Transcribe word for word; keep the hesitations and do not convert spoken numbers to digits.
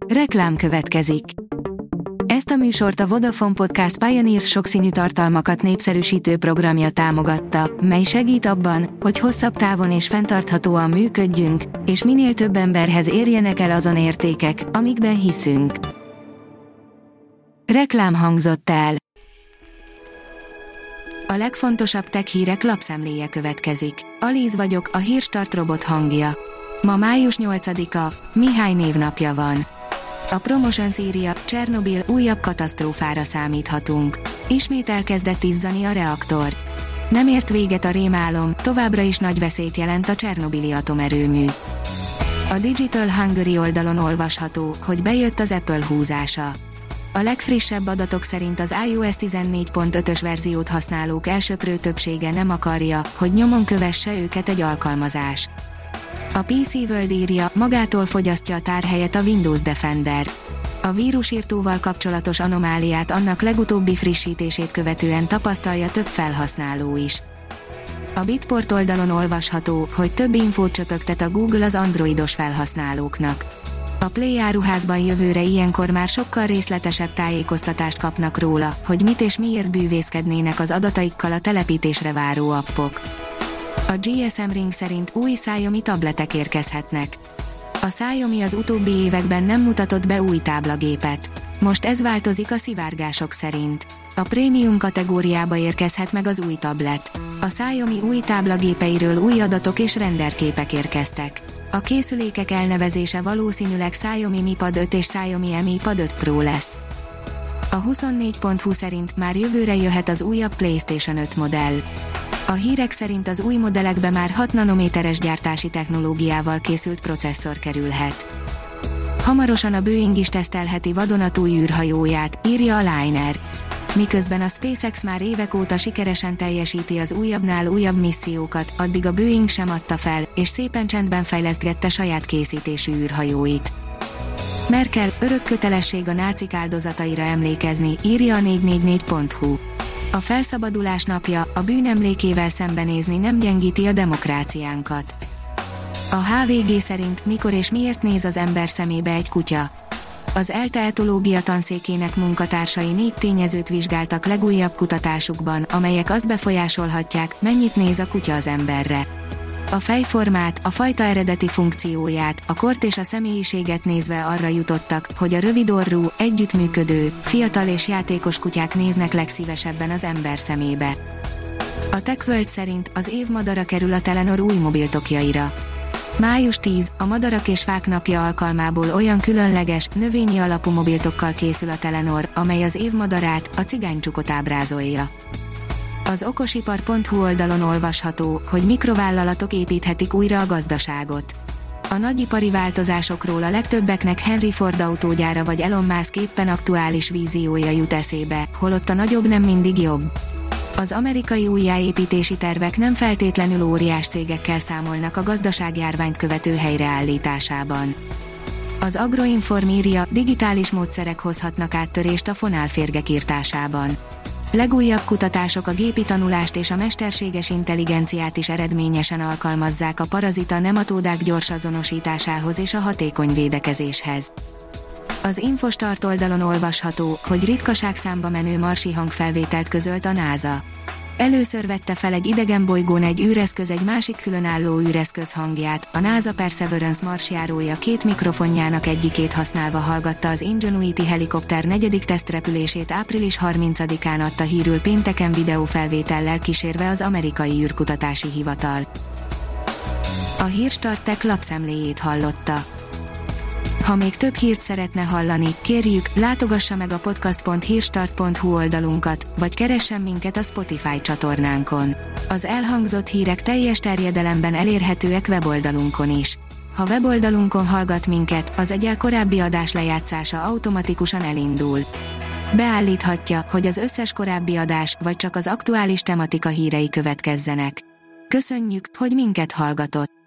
Reklám következik. Ezt a műsort a Vodafone Podcast Pioneers sokszínű tartalmakat népszerűsítő programja támogatta, mely segít abban, hogy hosszabb távon és fenntarthatóan működjünk, és minél több emberhez érjenek el azon értékek, amikben hiszünk. Reklám hangzott el. A legfontosabb tech hírek lapszemléje következik. Alíz vagyok, a Hírstart robot hangja. Ma május nyolcadika, Mihály névnapja van. A Promotions írja, Csernobil, újabb katasztrófára számíthatunk. Ismét elkezdett izzani a reaktor. Nem ért véget a rémálom, továbbra is nagy veszélyt jelent a csernobili atomerőmű. A Digital Hungary oldalon olvasható, hogy bejött az Apple húzása. A legfrissebb adatok szerint az iOS tizennégy pont ötös verziót használók elsöprő többsége nem akarja, hogy nyomon kövesse őket egy alkalmazás. A pé cé World írja, magától fogyasztja a tárhelyet a Windows Defender. A vírusirtóval kapcsolatos anomáliát annak legutóbbi frissítését követően tapasztalja több felhasználó is. A Bitport oldalon olvasható, hogy több infót csöpögtet a Google az androidos felhasználóknak. A Play áruházban jövőre ilyenkor már sokkal részletesebb tájékoztatást kapnak róla, hogy mit és miért bűvészkednének az adataikkal a telepítésre váró appok. A gé es em Ring szerint új Xiaomi tabletek érkezhetnek. A Xiaomi az utóbbi években nem mutatott be új táblagépet. Most ez változik a szivárgások szerint. A prémium kategóriába érkezhet meg az új tablet. A Xiaomi új táblagépeiről új adatok és renderképek érkeztek. A készülékek elnevezése valószínűleg Xiaomi Mi Pad öt és Xiaomi Mi Pad öt Pro lesz. A huszonnégy pont hu szerint már jövőre jöhet az újabb PlayStation öt modell. A hírek szerint az új modellekbe már hat nanométeres gyártási technológiával készült processzor kerülhet. Hamarosan a Boeing is tesztelheti vadonatúj űrhajóját, írja a Liner. Miközben a SpaceX már évek óta sikeresen teljesíti az újabbnál újabb missziókat, addig a Boeing sem adta fel, és szépen csendben fejlesztgette saját készítésű űrhajóit. Merkel, örök kötelesség a nácik áldozataira emlékezni, írja a négy négy négy pont hu. A felszabadulás napja, a bűn emlékével szembenézni nem gyengíti a demokráciánkat. A há vé gé szerint mikor és miért néz az ember szemébe egy kutya. Az ELTE etológia tanszékének munkatársai négy tényezőt vizsgáltak legújabb kutatásukban, amelyek azt befolyásolhatják, mennyit néz a kutya az emberre. A fejformát, a fajta eredeti funkcióját, a kort és a személyiséget nézve arra jutottak, hogy a rövidorrú, együttműködő, fiatal és játékos kutyák néznek legszívesebben az ember szemébe. A TechWorld szerint az év madara kerül a Telenor új mobiltokjaira. május tízedike, a Madarak és Fák napja alkalmából olyan különleges, növényi alapú mobiltokkal készül a Telenor, amely az év madarát, a cigánycsukot ábrázolja. Az okosipar pont hu oldalon olvasható, hogy mikrovállalatok építhetik újra a gazdaságot. A nagyipari változásokról a legtöbbeknek Henry Ford autógyára vagy Elon Musk éppen aktuális víziója jut eszébe, holott a nagyobb nem mindig jobb. Az amerikai újjáépítési tervek nem feltétlenül óriás cégekkel számolnak a gazdaságjárványt követő helyreállításában. Az Agroinform írja, digitális módszerek hozhatnak áttörést a fonálférgek írtásában. Legújabb kutatások a gépi tanulást és a mesterséges intelligenciát is eredményesen alkalmazzák a parazita nematódák gyors azonosításához és a hatékony védekezéshez. Az Infostart oldalon olvasható, hogy ritkaságszámba menő marsi hangfelvételt közölt a NASA. Először vette fel egy idegen bolygón egy űreszköz egy másik különálló űreszköz hangját, a NASA Perseverance marsjárója két mikrofonjának egyikét használva hallgatta az Ingenuity helikopter negyedik tesztrepülését április harmincadikán adta hírül pénteken videófelvétellel kísérve az amerikai űrkutatási hivatal. A Hírstart Tech lapszemléjét hallotta. Ha még több hírt szeretne hallani, kérjük, látogassa meg a podcast pont hírstart pont hu oldalunkat, vagy keressen minket a Spotify csatornánkon. Az elhangzott hírek teljes terjedelemben elérhetőek weboldalunkon is. Ha weboldalunkon hallgat minket, az egyel korábbi adás lejátszása automatikusan elindul. Beállíthatja, hogy az összes korábbi adás, vagy csak az aktuális tematika hírei következzenek. Köszönjük, hogy minket hallgatott!